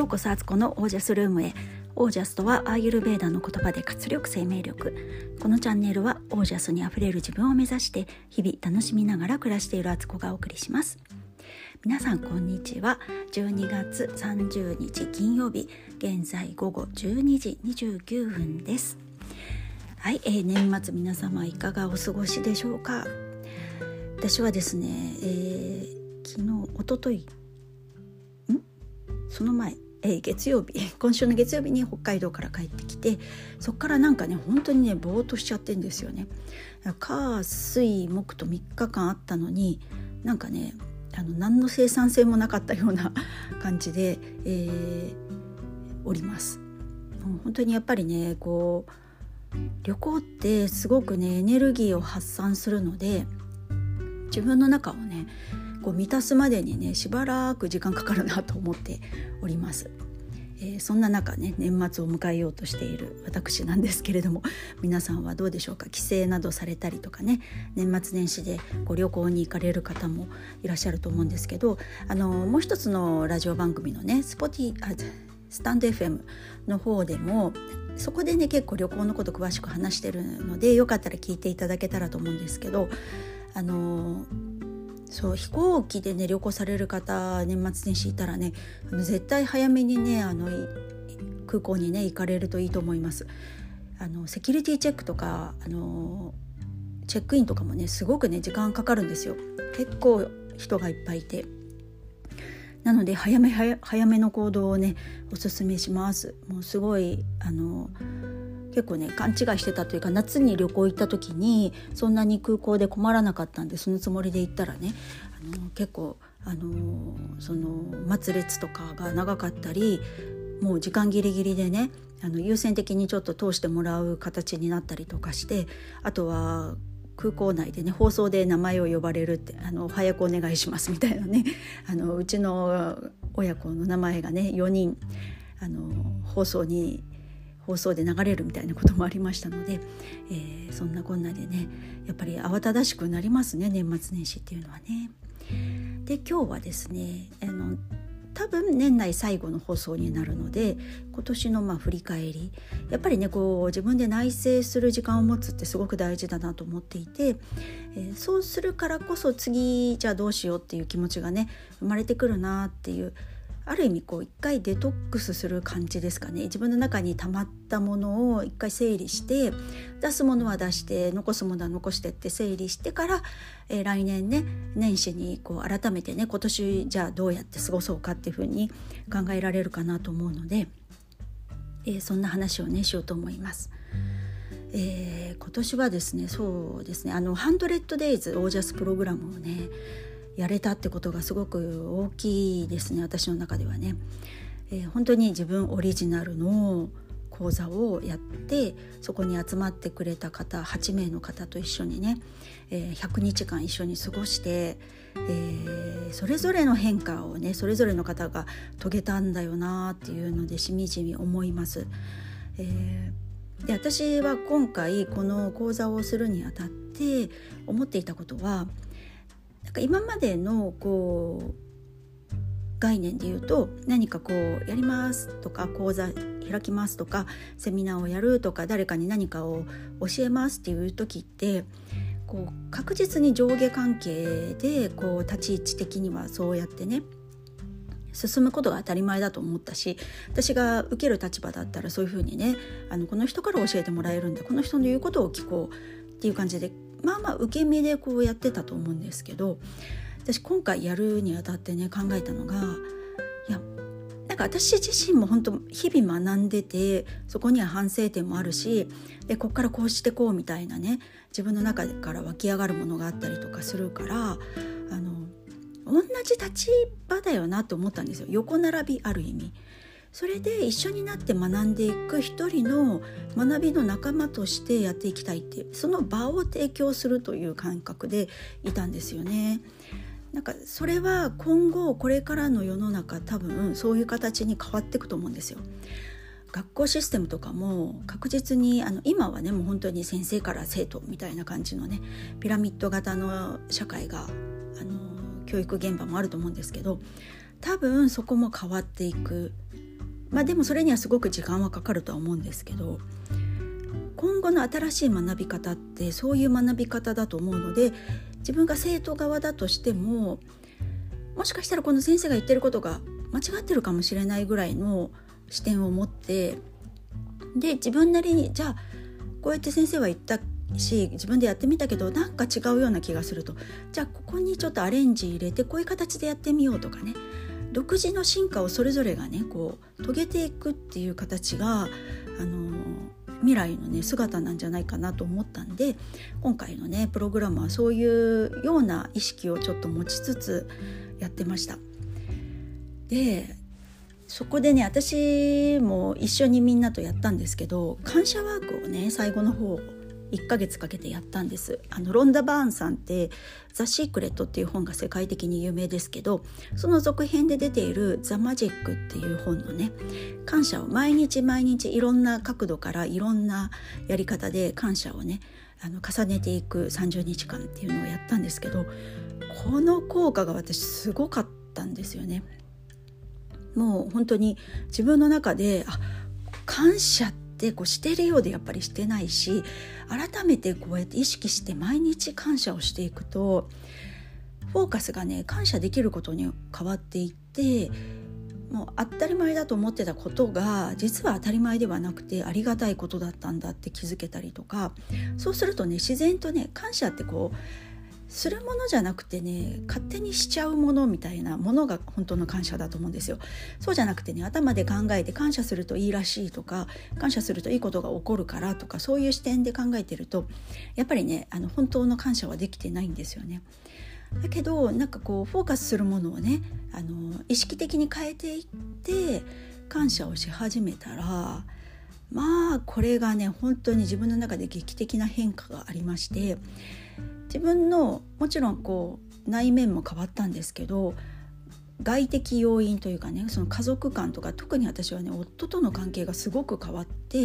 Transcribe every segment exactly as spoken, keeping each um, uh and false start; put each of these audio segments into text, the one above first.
こそアツコのオージャスルームへ。オージャスとはアーユルヴェーダの言葉で活力、生命力。このチャンネルはオージャスにあふれる自分を目指して日々楽しみながら暮らしているアツコがお送りします。皆さんこんにちは。じゅうにがつさんじゅうにち金曜日、現在午後じゅうにじにじゅうきゅうふんです。はい、えー、年末皆様いかがお過ごしでしょうか。私はですね、えー、昨日おとといんその前、えー、月曜日今週の月曜日に北海道から帰ってきて、そっからなんかね本当にねぼーっとしちゃってんですよね。火水木とみっかかんあったのに、なんかねあの何の生産性もなかったような感じで、えー、おります。もう本当にやっぱりねこう旅行ってすごくねエネルギーを発散するので、自分の中をねこう満たすまでにねしばらく時間かかるなと思っております。えー、そんな中ね年末を迎えようとしている私なんですけれども、皆さんはどうでしょうか。帰省などされたりとかね、年末年始でご旅行に行かれる方もいらっしゃると思うんですけど、あのもう一つのラジオ番組のねスポティあスタンド エフエム の方でもそこでね結構旅行のこと詳しく話してるので、よかったら聞いていただけたらと思うんですけど、あのそう飛行機でね旅行される方年末年始いたらね、あの絶対早めにねあの空港にね行かれるといいと思います。あのセキュリティチェックとかあのチェックインとかもねすごくね時間かかるんですよ。結構人がいっぱいいて、なので早め早早めの行動をねおすすめします。もうすごいあの結構ね勘違いしてたというか、夏に旅行行った時にそんなに空港で困らなかったんで、そのつもりで行ったらねあの結構あのその待つ列とかが長かったり、もう時間ギリギリでねあの優先的にちょっと通してもらう形になったりとかして、あとは空港内でね放送で名前を呼ばれるって、あの早くお願いしますみたいなね、あのうちの親子の名前がねよにんあの放送に放送で流れるみたいなこともありましたので、えー、そんなこんなでねやっぱり慌ただしくなりますね、年末年始っていうのはね。で今日はですねあの多分年内最後の放送になるので、今年のまあ振り返り、やっぱりねこう自分で内省する時間を持つってすごく大事だなと思っていて、えー、そうするからこそ次じゃあどうしようっていう気持ちがね生まれてくるなっていう、ある意味こう一回デトックスする感じですかね。自分の中に溜まったものを一回整理して、出すものは出して残すものは残してって整理してから、えー、来年ね年始にこう改めてね今年じゃあどうやって過ごそうかっていうふうに考えられるかなと思うので、えー、そんな話をねしようと思います。えー、今年はですねそうですねあのハンドレッドデイズオージャスプログラムをねやれたってことがすごく大きいですね、私の中ではね。えー、本当に自分オリジナルの講座をやって、そこに集まってくれた方はちめいの方と一緒にね、えー、ひゃくにちかん一緒に過ごして、えー、それぞれの変化をねそれぞれの方が遂げたんだよなっていうのでしみじみ思います。えー、で私は今回この講座をするにあたって思っていたことは、なんか今までのこう概念で言うと、何かこうやりますとか講座開きますとかセミナーをやるとか誰かに何かを教えますっていう時って、こう確実に上下関係でこう立ち位置的にはそうやってね進むことが当たり前だと思ったし、私が受ける立場だったらそういうふうにねあのこの人から教えてもらえるんでこの人の言うことを聞こうっていう感じでまあまあ受け身でこうやってたと思うんですけど、私今回やるにあたってね考えたのが、いやなんか私自身も本当日々学んでて、そこには反省点もあるし、でこっからこうしてこうみたいなね自分の中から湧き上がるものがあったりとかするから、あの同じ立場だよなと思ったんですよ。横並びある意味。それで一緒になって学んでいく一人の学びの仲間としてやっていきたいっていう、その場を提供するという感覚でいたんですよね。なんかそれは今後これからの世の中多分そういう形に変わっていくと思うんですよ。学校システムとかも確実にあの今はねもう本当に先生から生徒みたいな感じのねピラミッド型の社会があの教育現場もあると思うんですけど、多分そこも変わっていくまあでもそれにはすごく時間はかかるとは思うんですけど、今後の新しい学び方ってそういう学び方だと思うので、自分が生徒側だとしても、もしかしたらこの先生が言ってることが間違ってるかもしれないぐらいの視点を持って、で自分なりにじゃあこうやって先生は言ったし自分でやってみたけどなんか違うような気がすると、じゃあここにちょっとアレンジ入れてこういう形でやってみようとかね、独自の進化をそれぞれがねこう遂げていくっていう形が、あの未来のね姿なんじゃないかなと思ったんで、今回のねプログラムはそういうような意識をちょっと持ちつつやってました。でそこでね私も一緒にみんなとやったんですけど、感謝ワークをね最後の方いっかげつかけてやったんです。あのロンダ・バーンさんってザ・シークレットっていう本が世界的に有名ですけど、その続編で出ているザ・マジックっていう本のね、感謝を毎日毎日いろんな角度からいろんなやり方で感謝をねあの重ねていくさんじゅうにちかんっていうのをやったんですけど、この効果が私すごかったんですよね。もう本当に自分の中であ感謝ってこうしてるようでやっぱりしてないし、改めてこうやって意識して毎日感謝をしていくとフォーカスがね感謝できることに変わっていって、もう当たり前だと思ってたことが実は当たり前ではなくてありがたいことだったんだって気づけたりとか、そうするとね自然とね感謝ってこうするものじゃなくてね勝手にしちゃうものみたいなものが本当の感謝だと思うんですよ。そうじゃなくてね頭で考えて感謝するといいらしいとか、感謝するといいことが起こるからとか、そういう視点で考えてるとやっぱりねあの本当の感謝はできてないんですよね。だけどなんかこうフォーカスするものをねあの意識的に変えていって感謝をし始めたら、まあこれがね本当に自分の中で劇的な変化がありまして、自分のもちろんこう内面も変わったんですけど、外的要因というかね、その家族観とか、特に私はね夫との関係がすごく変わって、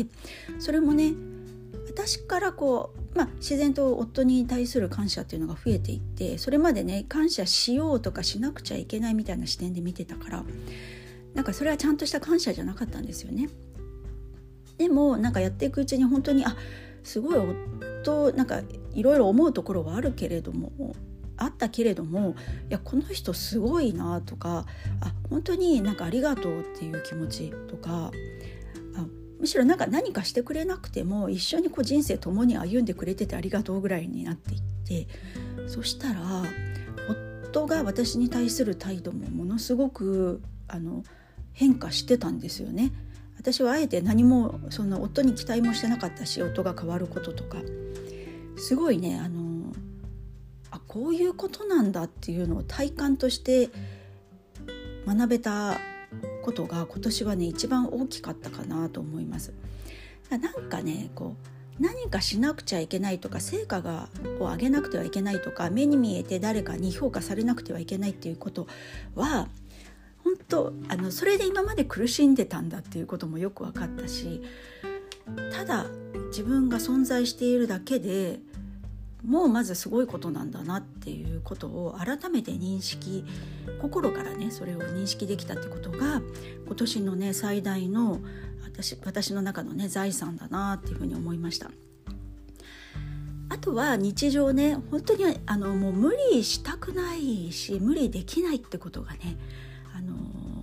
それもね私からこう、まあ、自然と夫に対する感謝っていうのが増えていって、それまでね感謝しようとかしなくちゃいけないみたいな視点で見てたから、なんかそれはちゃんとした感謝じゃなかったんですよね。でもなんかやっていくうちに本当にあすごい夫なんかいろいろ思うところはあるけれどもあったけれども、いやこの人すごいなとか、あ本当になんかありがとうっていう気持ちとか、あむしろなんか何かしてくれなくても一緒にこう人生共に歩んでくれててありがとうぐらいになっていって、そしたら夫が私に対する態度もものすごくあの変化してたんですよね。私はあえて何もそんな夫に期待もしてなかったし、夫が変わることとかすごいねあのあこういうことなんだっていうのを体感として学べたことが今年はね一番大きかったかなと思います。なんかねこう何かしなくちゃいけないとか、成果がを上げなくてはいけないとか、目に見えて誰かに評価されなくてはいけないっていうことは本当あのそれで今まで苦しんでたんだっていうこともよく分かったし、ただ自分が存在しているだけでもうまずすごいことなんだなっていうことを改めて認識、心からねそれを認識できたってことが今年のね最大の私、私の中のね財産だなっていうふうに思いました。あとは日常ね本当にあのもう無理したくないし無理できないってことがねあの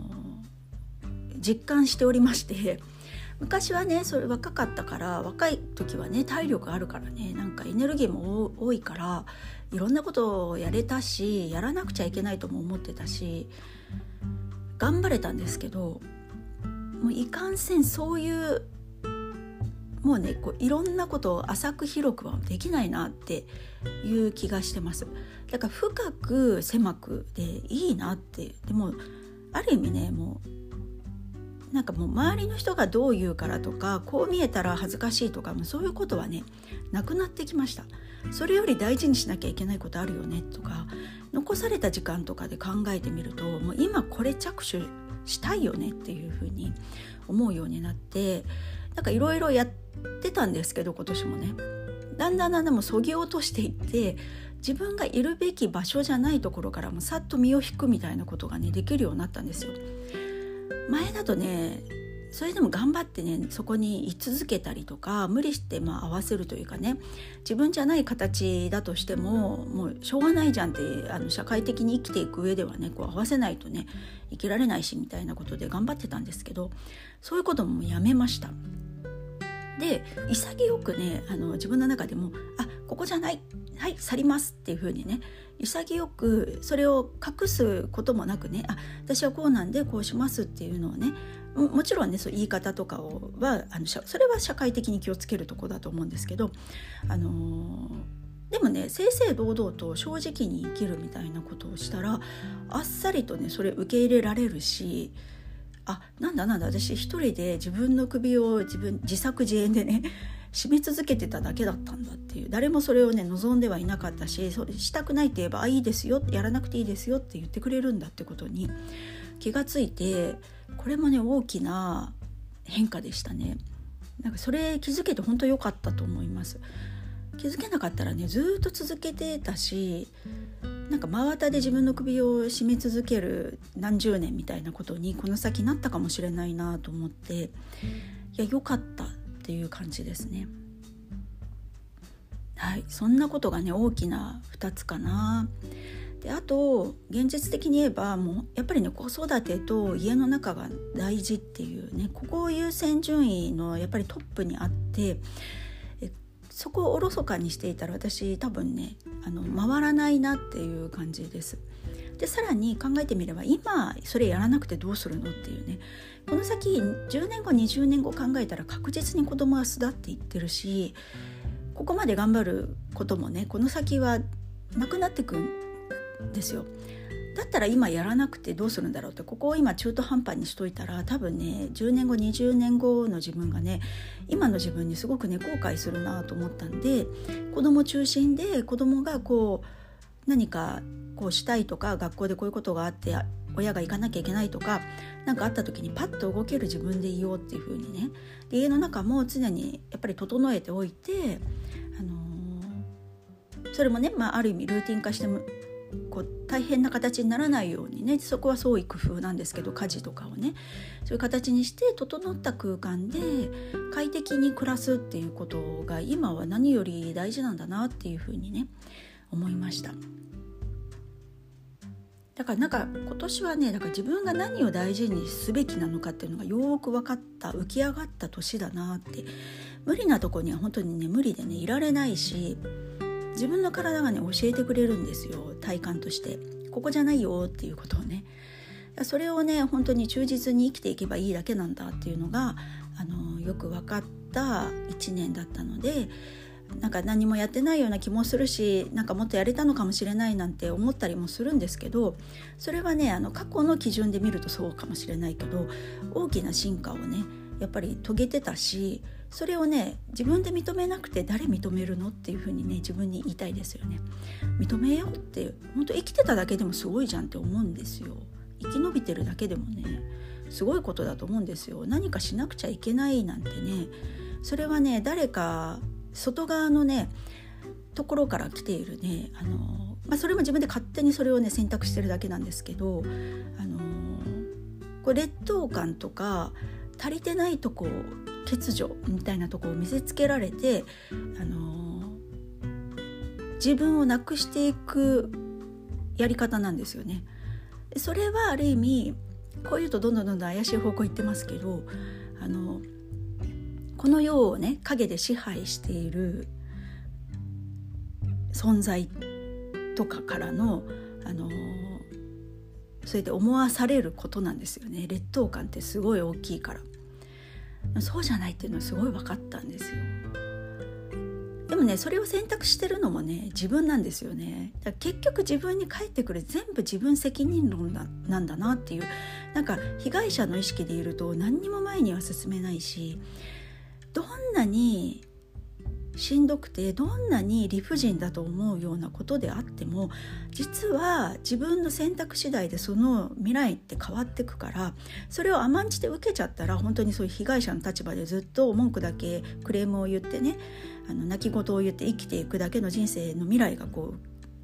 実感しておりまして、昔はねそれ若かったから、若い時はね体力あるからねなんかエネルギーも多いからいろんなことをやれたし、やらなくちゃいけないとも思ってたし頑張れたんですけど、もういかんせんそういうもうねこういろんなことを浅く広くはできないなっていう気がしてます。だから深く狭くでいいなって、でもある意味ねもうなんかもう周りの人がどう言うからとか、こう見えたら恥ずかしいとか、もうそういうことはねなくなってきました。それより大事にしなきゃいけないことあるよねとか、残された時間とかで考えてみると、もう今これ着手したいよねっていうふうに思うようになって、なんかいろいろやってたんですけど、今年もねだんだんだんだんもうそぎ落としていって、自分がいるべき場所じゃないところからもさっと身を引くみたいなことがねできるようになったんですよ。前だとねそれでも頑張ってねそこに居続けたりとか、無理してまあ合わせるというかね、自分じゃない形だとしてももうしょうがないじゃんって、あの社会的に生きていく上ではねこう合わせないとね生きられないしみたいなことで頑張ってたんですけど、そういうこともやめました。で潔くねあの自分の中でもあここじゃない、はい去りますっていう風にね潔くそれを隠すこともなくね、あ私はこうなんでこうしますっていうのをね、 も, もちろんねそう言い方とかをはあのそれは社会的に気をつけるところだと思うんですけど、あのー、でもね正々堂々と正直に生きるみたいなことをしたらあっさりとねそれ受け入れられるし、あなんだなんだ私一人で自分の首を自分自作自演でね締め続けてただけだったんだっていう、誰もそれをね望んではいなかったし、それしたくないって言えばあいいですよ、やらなくていいですよって言ってくれるんだってことに気がついて、これもね大きな変化でしたね。なんかそれ気づけて本当良かったと思います。気づけなかったらねずっと続けてたし、なんか真綿で自分の首を絞め続ける何十年みたいなことにこの先なったかもしれないなと思って、いや良かったっていう感じですね。はい、そんなことがね大きなふたつかな。であと現実的に言えばもうやっぱりね子育てと家の中が大事っていうね、ここを優先順位のやっぱりトップにあって、えそこをおろそかにしていたら私多分ねあの回らないなっていう感じです。でさらに考えてみれば今それやらなくてどうするのっていうね、この先じゅうねんごにじゅうねんご考えたら確実に子供は巣立っていってるし、ここまで頑張ることもねこの先はなくなってくんですよ。だったら今やらなくてどうするんだろうって、ここを今中途半端にしといたら多分ねじゅうねんごにじゅうねんごの自分がね今の自分にすごくね後悔するなと思ったんで、子供中心で子供がこう何かこうしたいとか、学校でこういうことがあって親が行かなきゃいけないとか何かあった時にパッと動ける自分でいようっていう風にね、で家の中も常にやっぱり整えておいて、あのー、それもね、まあ、ある意味ルーティン化してもこう大変な形にならないようにね、そこは創意工夫なんですけど、家事とかをねそういう形にして整った空間で快適に暮らすっていうことが今は何より大事なんだなっていうふうにね思いました。だからなんか今年はねだから自分が何を大事にすべきなのかっていうのがよく分かった浮き上がった年だなって。無理なとこには本当にね無理でねいられないし、自分の体がね教えてくれるんですよ、体感として。ここじゃないよっていうことをね、それをね本当に忠実に生きていけばいいだけなんだっていうのがあのよく分かったいちねんだったので、なんか何もやってないような気もするし、なんかもっとやれたのかもしれないなんて思ったりもするんですけど、それはねあの過去の基準で見るとそうかもしれないけど、大きな進化をねやっぱり遂げてたし、それをね自分で認めなくて誰認めるのっていう風にね自分に言いたいですよね。認めようって、本当生きてただけでもすごいじゃんって思うんですよ。生き延びてるだけでもねすごいことだと思うんですよ。何かしなくちゃいけないなんてね、それはね誰か外側のねところから来ているねあの、まあ、それも自分で勝手にそれをね選択してるだけなんですけど、あのこれ劣等感とか足りてないとこ欠如みたいなところを見せつけられて、あの自分をなくしていくやり方なんですよね。それはある意味こういうとどんどんどんどん怪しい方向行ってますけど、あのこの世をね影で支配している存在とかからの、あのそうやって思わされることなんですよね。劣等感ってすごい大きいから。そうじゃないっていうのはすごい分かったんですよ。でもねそれを選択してるのもね自分なんですよね。だから結局自分に返ってくる全部自分責任論な、なんだなっていう、なんか被害者の意識でいると何にも前には進めないし、どんなにしんどくてどんなに理不尽だと思うようなことであっても、実は自分の選択次第でその未来って変わってくから、それを甘んじて受けちゃったら本当にそういう被害者の立場でずっと文句だけクレームを言ってね、あの泣き言を言って生きていくだけの人生の未来がこう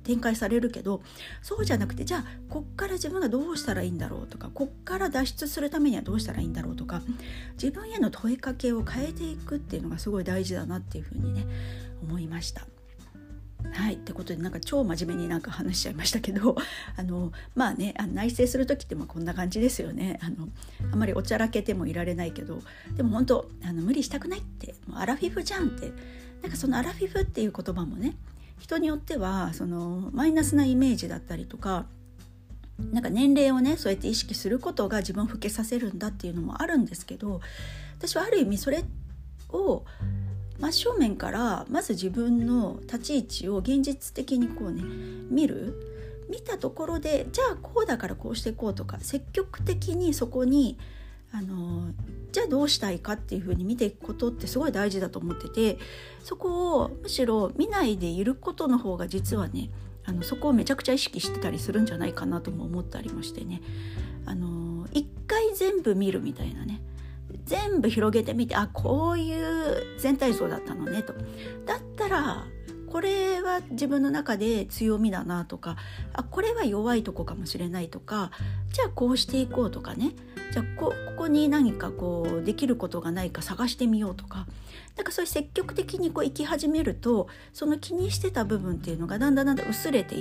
展開されるけど、そうじゃなくて、じゃあこっから自分がどうしたらいいんだろうとか、こっから脱出するためにはどうしたらいいんだろうとか、自分への問いかけを変えていくっていうのがすごい大事だなっていうふうにね思いました。はい、ってことでなんか超真面目になんか話しちゃいましたけど、あのまあね、あの内省する時ってまあこんな感じですよね。あのあんまりおちゃらけてもいられないけど、でも本当あの無理したくないって、もうアラフィフじゃんって、なんかそのアラフィフっていう言葉もね、人によってはそのマイナスなイメージだったりとか、なんか年齢をねそうやって意識することが自分を老けさせるんだっていうのもあるんですけど、私はある意味それを真正面からまず自分の立ち位置を現実的にこうね見る見たところで、じゃあこうだからこうしていこうとか、積極的にそこにあのじゃあどうしたいかっていう風に見ていくことってすごい大事だと思ってて、そこをむしろ見ないでいることの方が実はね、あのそこをめちゃくちゃ意識してたりするんじゃないかなとも思ったりもしてね、あの一回全部見るみたいなね、全部広げてみて、あ、こういう全体像だったのねと、だったらこれは自分の中で強みだなとか、あ、これは弱いとこかもしれないとか、じゃあこうしていこうとかね、じゃあ こ, ここに何かこうできることがないか探してみようとか、なんかそういう積極的にこう生き始めると、その気にしてた部分っていうのがだんだんだんだん薄れていって、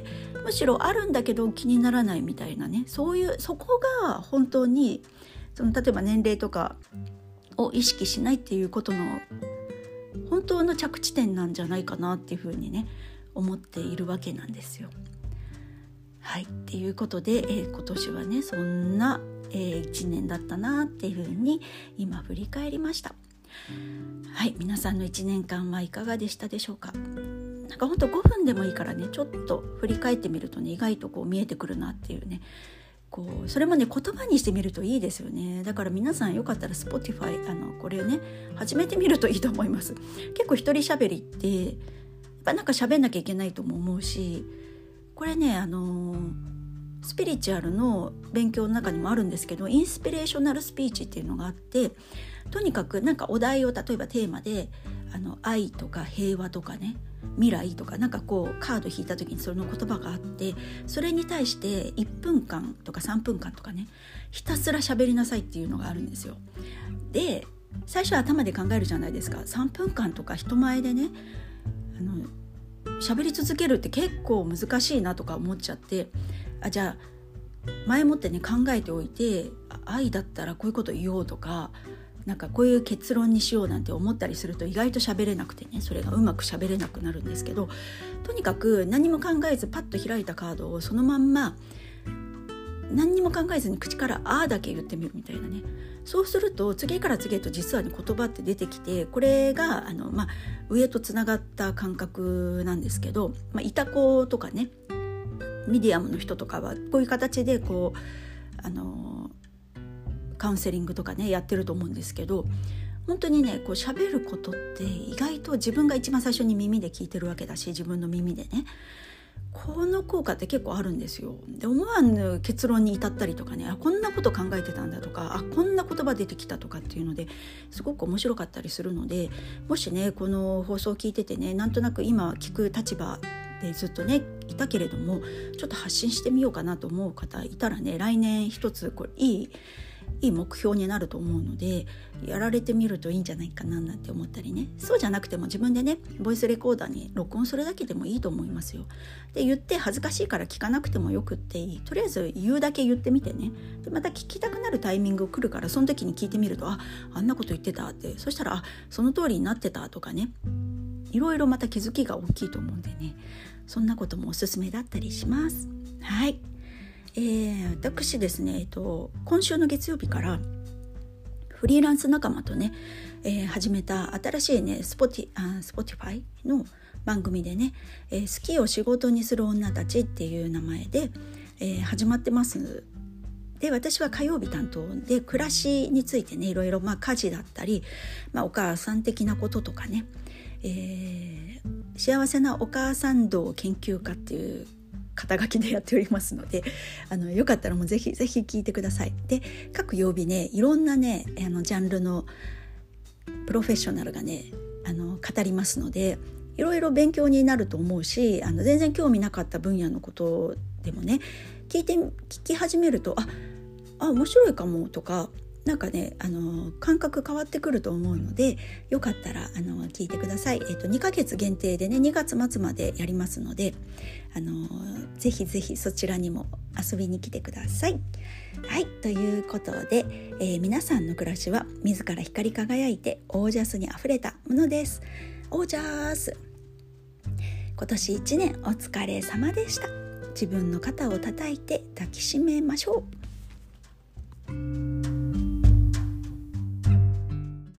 むしろあるんだけど気にならないみたいなね、そういうそこが本当にその例えば年齢とかを意識しないっていうことの本当の着地点なんじゃないかなっていうふうにね思っているわけなんですよ。はい、っていうことで、えー、今年はねそんな、えー、いちねんだったなっていうふうに今振り返りました。はい、皆さんのいちねんかんはいかがでしたでしょうか。なんかほんとごふんでもいいからね、ちょっと振り返ってみるとね、意外とこう見えてくるなっていうね、こうそれもね言葉にしてみるといいですよね。だから皆さんよかったら Spotify あのこれね始めてみるといいと思います。結構一人喋りってやっぱなんか喋んなきゃいけないとも思うし、これねあのスピリチュアルの勉強の中にもあるんですけど、インスピレーショナルスピーチっていうのがあって、とにかくなんかお題を例えばテーマであの愛とか平和とかね未来とかなんかこうカード引いた時にその言葉があって、それに対していっぷんかんとかさんぷんかんとかねひたすら喋りなさいっていうのがあるんですよ。で最初は頭で考えるじゃないですか。さんぷんかんとか人前でねあの喋り続けるって結構難しいなとか思っちゃって、あじゃあ前もってね考えておいて、愛だったらこういうこと言おうとか、なんかこういう結論にしようなんて思ったりすると意外と喋れなくてね、それがうまく喋れなくなるんですけど、とにかく何も考えずパッと開いたカードをそのまんま何にも考えずに口からあーだけ言ってみるみたいなね。そうすると次から次へと実はね言葉って出てきて、これがあの、まあ、上とつながった感覚なんですけど、まあ、イタコとかねミディアムの人とかはこういう形でこうあのカウンセリングとかねやってると思うんですけど、本当にねこう喋ることって意外と自分が一番最初に耳で聞いてるわけだし、自分の耳でねこの効果って結構あるんですよ。で思わぬ結論に至ったりとかね、あこんなこと考えてたんだとか、あこんな言葉出てきたとかっていうのですごく面白かったりするので、もしねこの放送を聞いててね、なんとなく今聞く立場でずっとねいたけれどもちょっと発信してみようかなと思う方いたらね、来年一つこれいいいい目標になると思うのでやられてみるといいんじゃないかななんて思ったりね。そうじゃなくても自分でねボイスレコーダーに録音するだけでもいいと思いますよ。で言って恥ずかしいから聞かなくてもよくっていい、とりあえず言うだけ言ってみてね。でまた聞きたくなるタイミング来るからその時に聞いてみると、ああんなこと言ってたって、そしたらあその通りになってたとかね、いろいろまた気づきが大きいと思うんでね、そんなこともおすすめだったりします。はい、えー、私ですね、えっと、今週の月曜日からフリーランス仲間とね、えー、始めた新しいねスポティ、あ、スポティファイの番組でね、えー、好きを仕事にする女たちっていう名前で、えー、始まってます。で私は火曜日担当で暮らしについてねいろいろ、まあ、家事だったり、まあ、お母さん的なこととかね、えー、幸せなお母さん道研究家っていう肩書きでやっておりますので、あのよかったらもうぜひぜひ聞いてください。で各曜日ねいろんなねあのジャンルのプロフェッショナルがねあの語りますので、 いろいろ勉強になると思うし、あの全然興味なかった分野のことでもね聞いて聞き始めるとああ面白いかもとか、なんかねあの感覚変わってくると思うので、よかったらあの聞いてください。えっと、にかげつ限定でねにがつ末までやりますので、あのぜひぜひそちらにも遊びに来てください。はい、ということで、えー、皆さんの暮らしは自ら光り輝いてオージャスにあふれたものです。オージャス、今年いちねんお疲れ様でした。自分の肩を叩いて抱きしめましょう。